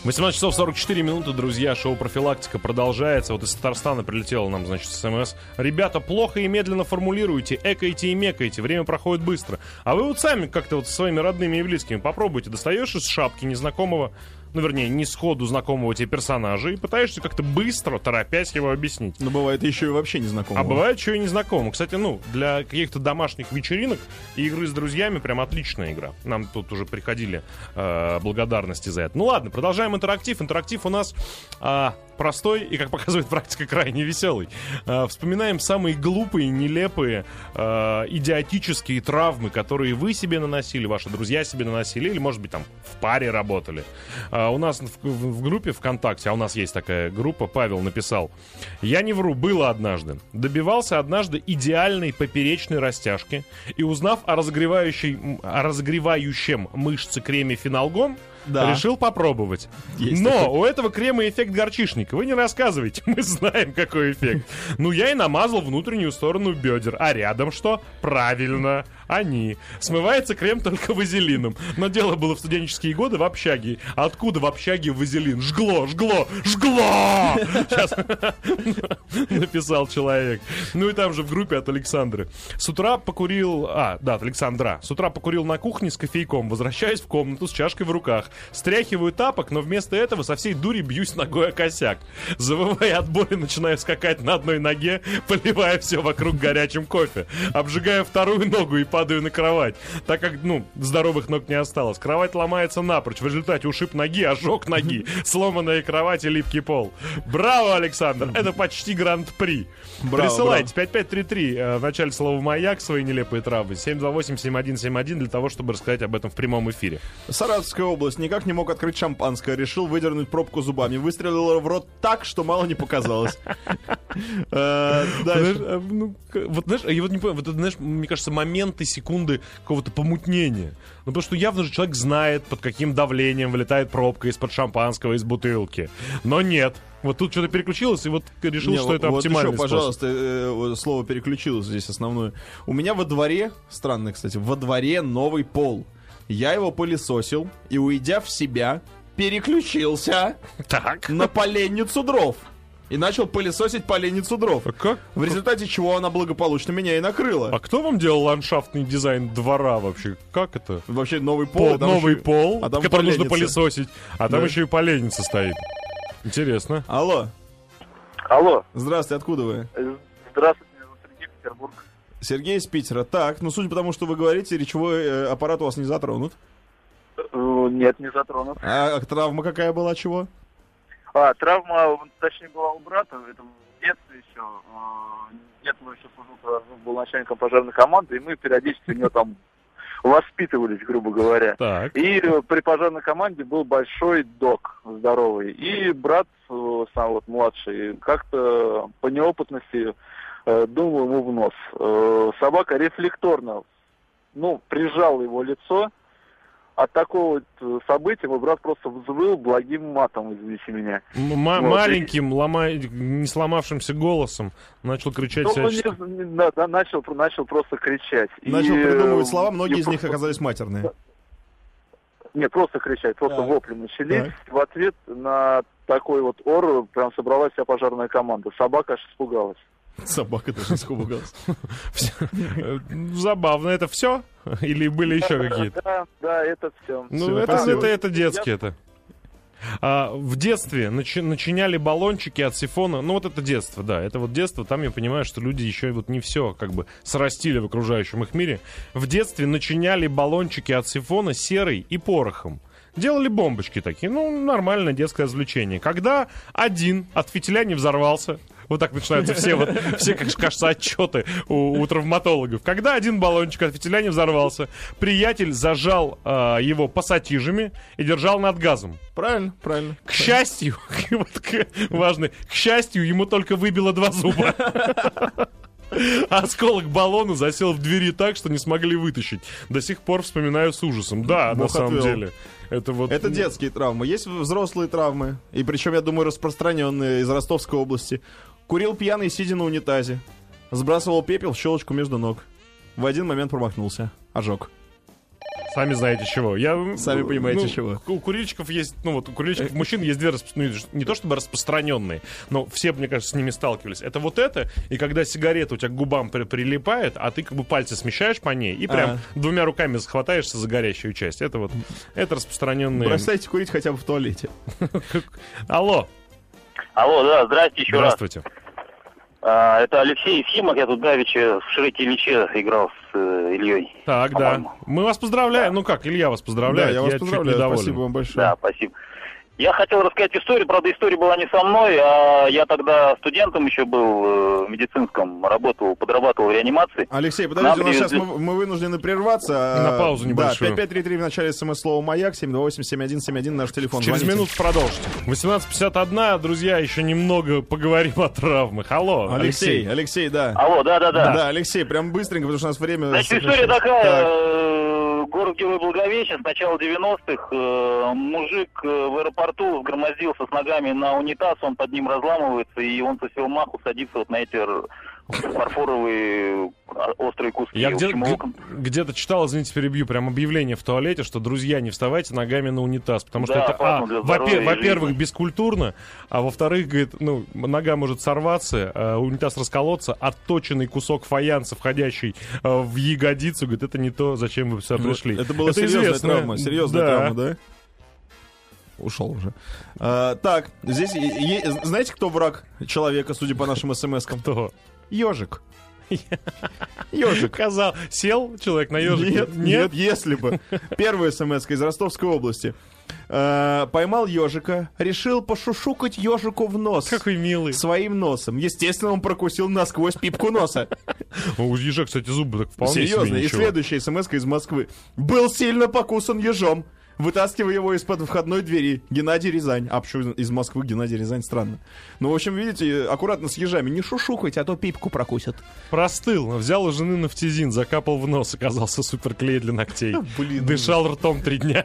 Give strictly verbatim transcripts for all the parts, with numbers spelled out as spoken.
восемнадцать часов сорок четыре минуты, друзья. Шоу «Профилактика» продолжается. Вот из Татарстана прилетело нам, значит, смс. Ребята, плохо и медленно формулируете, экаете и мекаете. Время проходит быстро. А вы вот сами как-то вот со своими родными и близкими попробуйте. Достаешь из шапки незнакомого, ну, вернее, не сходу знакомого тебе персонажа и пытаешься как-то быстро, торопясь его объяснить. Но бывает еще и вообще незнакомого. А бывает еще и незнакомого. Кстати, ну, для каких-то домашних вечеринок и игры с друзьями прям отличная игра. Нам тут уже приходили э, благодарности за это. Ну ладно, продолжаем интерактив. Интерактив у нас э, простой и, как показывает практика, крайне веселый. Э, вспоминаем самые глупые, нелепые, э, идиотические травмы, которые вы себе наносили, ваши друзья себе наносили, или, может быть, там в паре работали. Uh, у нас в, в, в группе ВКонтакте, а у нас есть такая группа, Павел написал: «Я не вру, было однажды. Добивался однажды идеальной поперечной растяжки и, узнав о, разогревающей, о разогревающем мышцы креме Финалгон, да, решил попробовать. Есть Но такой. У этого крема эффект горчишника. Вы не рассказывайте, мы знаем, какой эффект. Ну, я и намазал внутреннюю сторону бедер. А рядом что? Правильно, они. Смывается крем только вазелином. Но дело было в студенческие годы в общаге. Откуда в общаге вазелин? Жгло, жгло, жгло! Сейчас написал человек. Ну и там же в группе от Александры. С утра покурил... А, да, от Александра. С утра покурил на кухне с кофейком. Возвращаюсь в комнату с чашкой в руках. Стряхиваю тапок, но вместо этого со всей дури бьюсь ногой о косяк. Завывая от боли, начинаю скакать на одной ноге, поливая все вокруг горячим кофе. Обжигаю вторую ногу и падаю на кровать, так как, ну, здоровых ног не осталось. Кровать ломается напрочь. В результате ушиб ноги, ожог ноги, сломанная кровать и липкий пол. Браво, Александр! Это почти гран-при. Браво, Присылайте пять пять три три э, в начале слова «Маяк» свои нелепые травмы. семь два восемь семь один семь один для того, чтобы рассказать об этом в прямом эфире. Саратовская область. Никак не мог открыть шампанское. Решил выдернуть пробку зубами. Выстрелил в рот так, что мало не показалось. Дальше. Вот знаешь, я вот не понимаю, вот знаешь, мне кажется, моменты, секунды какого-то помутнения. Ну, потому что явно же человек знает, под каким давлением вылетает пробка из-под шампанского, из бутылки. Но нет. Вот тут что-то переключилось, и вот решил, Не, что это вот оптимальный еще, способ. пожалуйста, э, слово переключилось здесь основное. У меня во дворе, странно, кстати, во дворе новый пол. Я его пылесосил и, уйдя в себя, переключился так. на поленницу дров. И начал пылесосить поленницу дров. А как? В результате чего она благополучно меня и накрыла. А кто вам делал ландшафтный дизайн двора вообще? Как это? Вообще новый пол. пол новый еще... пол, а который нужно пылесосить. А там да. еще и поленница стоит. Интересно. Алло. Алло. Здравствуйте, откуда вы? Здравствуйте, меня зовут Сергей, Петербург. Сергей из Питера. Так, ну судя по тому, что вы говорите, речевой э, аппарат у вас не затронут. Нет, не затронут. А, а травма какая была, чего? А, травма, точнее, была у брата, это в детстве еще. Дед мой еще служил, был начальником пожарной команды, и мы периодически у него там воспитывались, грубо говоря. Так. И при пожарной команде был большой док здоровый. И брат, сам вот младший, как-то по неопытности дунул ему в нос. Собака рефлекторно, ну, прижала его лицо. От такого вот события мой брат просто взвыл благим матом, извините меня. М- вот. Маленьким, лома... не сломавшимся голосом начал кричать Ну, всячески. не, не, да, начал, начал просто кричать. Начал и, придумывать слова, многие и из них просто... оказались матерные. Нет, просто кричать, просто так. вопли начались. Так. В ответ на такой вот ор прям собралась вся пожарная команда. Собака аж испугалась. Собака даже испугалась. Забавно. Это все? Или были еще какие-то? Да, да, это все. Ну, это, это, это детские это. А, в детстве начи- начиняли баллончики от сифона. Ну, вот это детство, да. Это вот детство. Там я понимаю, что люди еще вот не все как бы срастили в окружающем их мире. В детстве начиняли баллончики от сифона серой и порохом. Делали бомбочки такие. Ну, нормальное детское развлечение. Когда один от фитиля не взорвался... Вот так начинаются все, вот, все, как кажется, отчеты у, у травматологов. Когда один баллончик от фитиля не взорвался, приятель зажал э, его пассатижами и держал над газом. Правильно, правильно. К счастью, вот, к, важно, к счастью, ему только выбило два зуба. Осколок баллона засел в двери так, что не смогли вытащить. До сих пор вспоминаю с ужасом. Да, Бог на самом отвел. деле. Это, вот... Это детские травмы. Есть взрослые травмы. И причем, я думаю, распространенные из Ростовской области. Курил пьяный, сидя на унитазе. Сбрасывал пепел в щелочку между ног. В один момент промахнулся. Ожог. Сами знаете чего. Я, Сами понимаете ну, чего. У курильщиков есть, ну вот у курильщиков мужчин есть две, расп- ну, не то чтобы распространенные, но все, мне кажется, с ними сталкивались. Это вот это, и когда сигарета у тебя к губам при- прилипает, а ты как бы пальцы смещаешь по ней и прям А. двумя руками захватаешься за горящую часть. Это вот, это распространенные... Бросайте курить хотя бы в туалете. Алло, Алло, да, здрасте еще раз. здравствуйте. А, это Алексей Ефимов, я тут давеча в Шрете Ильиче играл с э, Ильей. Так, да. По-моему. Мы вас поздравляем. Ну как, Илья вас поздравляет. Да, я вас чуть поздравляю, недоволен. спасибо вам большое. Да, спасибо. Я хотел рассказать историю, правда, история была не со мной, а я тогда студентом еще был э, в медицинском, работал, подрабатывал в реанимации. Алексей, подождите, Нам у нас сейчас привезли- мы, мы вынуждены прерваться. На паузу небольшую. Да, пять пять три три в начале смс-слова «Маяк», семь два восемь семь один семь один наш телефон. Через Звоните. минуту продолжите. восемнадцать пятьдесят один, друзья, еще немного поговорим о травмах. Алло, Алексей, Алексей. Алексей, да. Алло, да-да-да. Да, Алексей, прям быстренько, потому что у нас время... Значит, сокращается. история такая, Так. э, город Герой Благовещен, с начала девяностых, э, мужик э, в аэропорту сгромоздился с ногами на унитаз, он под ним разламывается, и он со всего маху садится вот на эти р- фарфоровые а, острые куски. Я В где- общем, г- его- где-то читал, извините, перебью, прям объявление в туалете, что, друзья, не вставайте ногами на унитаз, потому что Да, это, а, опасно для во- здоровья и во-первых, жизни. бескультурно, а во-вторых, говорит, ну, нога может сорваться, а, унитаз расколоться, отточенный кусок фаянса, входящий а, в ягодицу, говорит, это не то, зачем вы сюда Ну, пришли. Это была серьезная известно. травма, серьезная Да. травма, да? Ушел уже. А, так, здесь е- е- знаете, кто враг человека, судя по нашим смс-кам? Кто? Ежик. Ежик. Казал, сел человек на ежике? Нет, нет, если бы. Первая смс из Ростовской области. Э, Поймал ежика, решил пошушукать ежику в нос. Какой милый. Своим носом. Естественно, он прокусил насквозь пипку носа. У ежа, кстати, зубы так вполне Серьезно. себе И ничего. следующая смс из Москвы. Был сильно покусан ежом. Вытаскивая его из-под входной двери. Геннадий Рязань. А почему из Москвы Геннадий Рязань? Странно. Ну, в общем, видите, аккуратно с ежами. Не шушукайте, а то пипку прокусят. Простыл, взял у жены нафтизин, закапал в нос, оказался суперклей для ногтей. Блин. Дышал ртом три дня.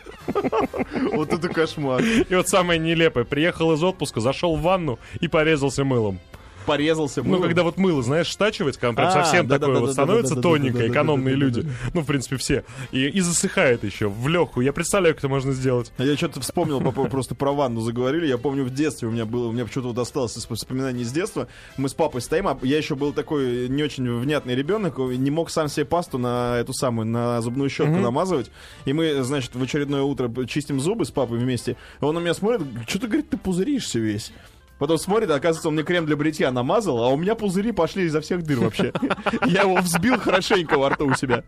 Вот это кошмар. И вот самое нелепое. Приехал из отпуска, зашел в ванну и порезался мылом. Порезался. Ну, мылом. когда вот мыло, знаешь, стачивается, когда он прям А, совсем да-да-да-да-да-да-да-да-да-да-да-да-да-да-да. такое вот становится тоненькое, экономные люди. Да-да-да-да-да-да. Ну, в принципе, все. И, и засыхает еще в легкую. Я представляю, как это можно сделать. Я что-то вспомнил, по поводу- просто про ванну заговорили. Я помню, в детстве у меня было, у меня почему-то вот осталось из воспоминаний с детства. Мы с папой стоим, а я еще был такой не очень внятный ребенок, не мог сам себе пасту на эту самую, на зубную щетку Мгм. намазывать. И мы, значит, в очередное утро чистим зубы с папой вместе. Он на меня смотрит, что ты, говорит, ты пузыришься весь. Потом смотрит, а оказывается, он мне крем для бритья намазал, а у меня пузыри пошли изо всех дыр вообще. Я его взбил хорошенько во рту у себя.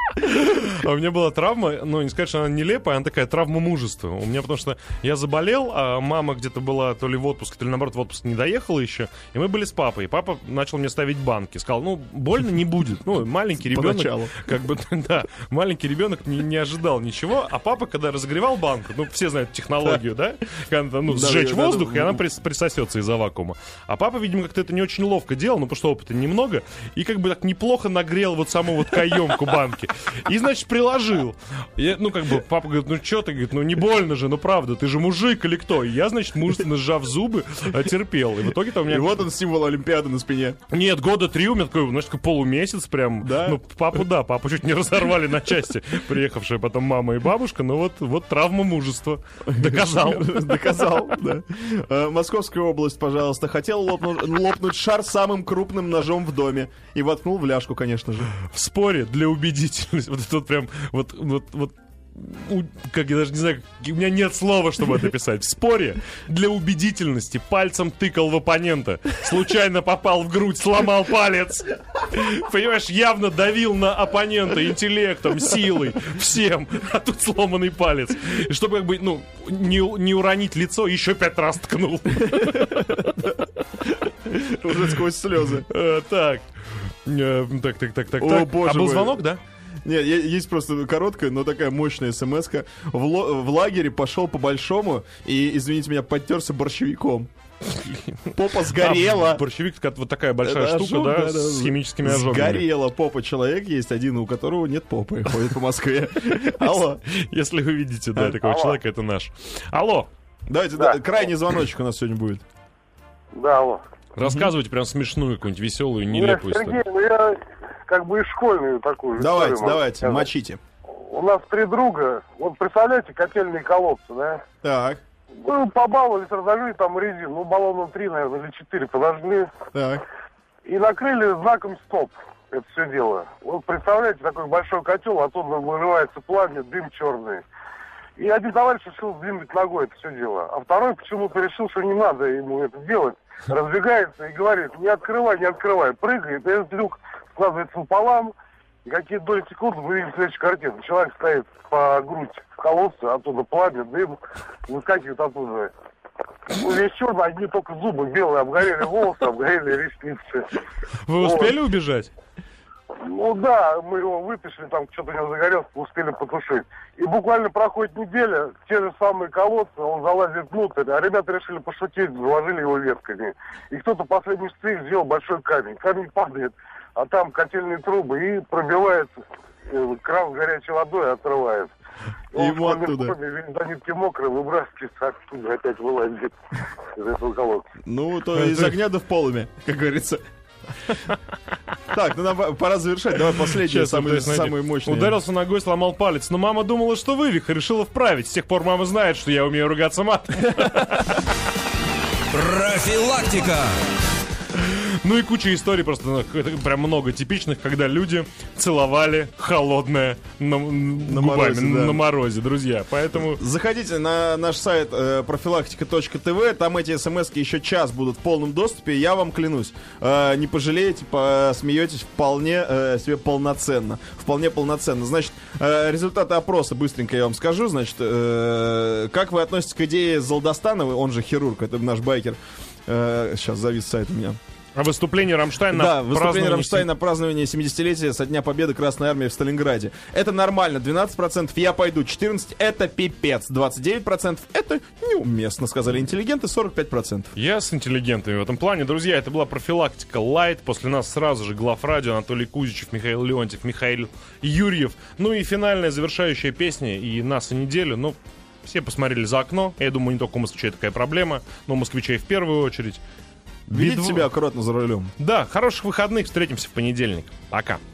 А у меня была травма, ну, не сказать, что она нелепая, она такая травма мужества. У меня потому что я заболел, а мама где-то была то ли в отпуске, то ли, наоборот, в отпуск не доехала еще, и мы были с папой. И папа начал мне ставить банки. Сказал, ну, больно не будет. Ну, маленький ребенок, Поначалу. как бы, да, маленький ребенок не, не ожидал ничего, а папа, когда разогревал банку, ну, все знают технологию, да? Когда, ну, Да, сжечь да, да, воздух, да. и она прис- присосется из-за вакуума. А папа, видимо, как-то это не очень ловко делал, ну, потому что опыта немного, и как бы так неплохо нагрел вот саму вот каемку банки. И, значит, приложил. Я, ну, как бы, папа говорит, ну, что ты, говорит, ну, не больно же, ну, правда, ты же мужик или кто? И я, значит, мужественно сжав зубы, а, терпел. И в итоге-то у меня... И вот он, символ Олимпиады на спине. Нет, года три у меня такой, знаешь, такой полумесяц прям. Да? Ну, папу, да, папу чуть не разорвали на части, приехавшая потом мама и бабушка, но вот, вот травма мужества. Доказал. Доказал, да. Э, Московская область, пожалуйста. Хотел лопнуть, лопнуть шар самым крупным ножом в доме. И воткнул в ляжку, конечно же. В споре для убедительности. Вот это вот прям, вот, вот, вот, у- как я даже не знаю, у меня нет слова, чтобы это писать. В споре для убедительности пальцем тыкал в оппонента. Случайно попал в грудь, сломал палец. Понимаешь, явно давил на оппонента интеллектом, силой, всем. А тут сломанный палец. И чтобы как бы, ну, не, у- не уронить лицо, еще пять раз ткнул. Уже сквозь слезы. Э, Так. Э, Так, так, так, так, О, так. боже А был мой. звонок, да? Нет, е- есть просто короткая, но такая мощная смс-ка. В, ло- в лагере пошел по-большому и, извините меня, подтерся борщевиком. Попа сгорела. А, борщевик, как вот такая большая Это штука, ожог, да, да, с да. химическими ожогами. Сгорела попа. Человек есть один, у которого нет попы. Ходит по Москве. Алло. Если вы видите, да, такого Алло. человека, это наш. Алло, Давайте, Да. да, крайний звоночек у нас сегодня будет. Да, алло. рассказывайте прям смешную, какую-нибудь веселую, Ну, нелепую Сергей, историю. ну я как бы и школьную такую Давайте, историю могу давайте, сказать. мочите. у нас три друга, вот представляете, котельные колодцы, да? Так, Ну, побаловались, разожгли там резину, ну, баллоном три, наверное, или четыре подожгли. так. И накрыли знаком «Стоп» это все дело. Вот представляете, такой большой котел, оттуда вырывается пламя, дым черный. И один товарищ решил сдвинуть ногой это все дело. А второй почему-то решил, что не надо ему это делать. Разбегается и говорит: не открывай, не открывай. Прыгает, и этот люк складывается пополам. И какие доли секунды мы видим следующую картину. Человек стоит по грудь в колодце, оттуда пламя, дым, выскакивает оттуда. Ну, весь черный, одни только зубы белые, обгорели волосы, обгорели ресницы. Вы успели вот. убежать? Ну да, мы его вытащили, там что-то у него загорелось, успели потушить. И буквально проходит неделя, те же самые колодцы, он залазит внутрь, а ребята решили пошутить, заложили его ветками. И кто-то последний штрих сделал большой камень. Камень падает, а там котельные трубы, и пробивается э, кран с горячей водой и отрывает. И ему оттуда. До нитки мокрый, выбрасывается оттуда, опять вылазит из этого колодца. Ну, то из огня да в полыми, как говорится. Так, ну нам пора завершать. Давай последнее, самые, самые мощные. Ударился ногой, сломал палец. Но мама думала, что вывих, и решила вправить. С тех пор мама знает, что я умею ругаться матом. Профилактика. Ну и куча историй, просто прям много типичных, когда люди целовали холодное на, на, губами, морозе, да. на морозе, друзья. Поэтому... Заходите на наш сайт э, профилактика точка тв, там эти смс-ки еще час будут в полном доступе, я вам клянусь. Э, не пожалеете, посмеетесь вполне э, себе полноценно. Вполне полноценно. Значит, э, результаты опроса быстренько я вам скажу. Значит, э, как вы относитесь к идее Золдостанова, он же хирург, это наш байкер. Э, сейчас завис сайт у меня. А выступление Рамштайна да, выступление Рамштайна на празднование семидесятилетия со дня победы Красной Армии в Сталинграде. Это нормально, двенадцать процентов я пойду, четырнадцать процентов это пипец, двадцать девять процентов это неуместно, сказали интеллигенты, сорок пять процентов. Я с интеллигентами в этом плане. Друзья, это была профилактика Лайт. После нас сразу же главрадио Анатолий Кузичев, Михаил Леонтьев, Михаил Юрьев. Ну и финальная завершающая песня и нас и неделю. Ну, все посмотрели за окно. Я думаю, не только у москвичей такая проблема, но у москвичей в первую очередь. Ведите себя аккуратно за рулем. Да, хороших выходных. Встретимся в понедельник. Пока.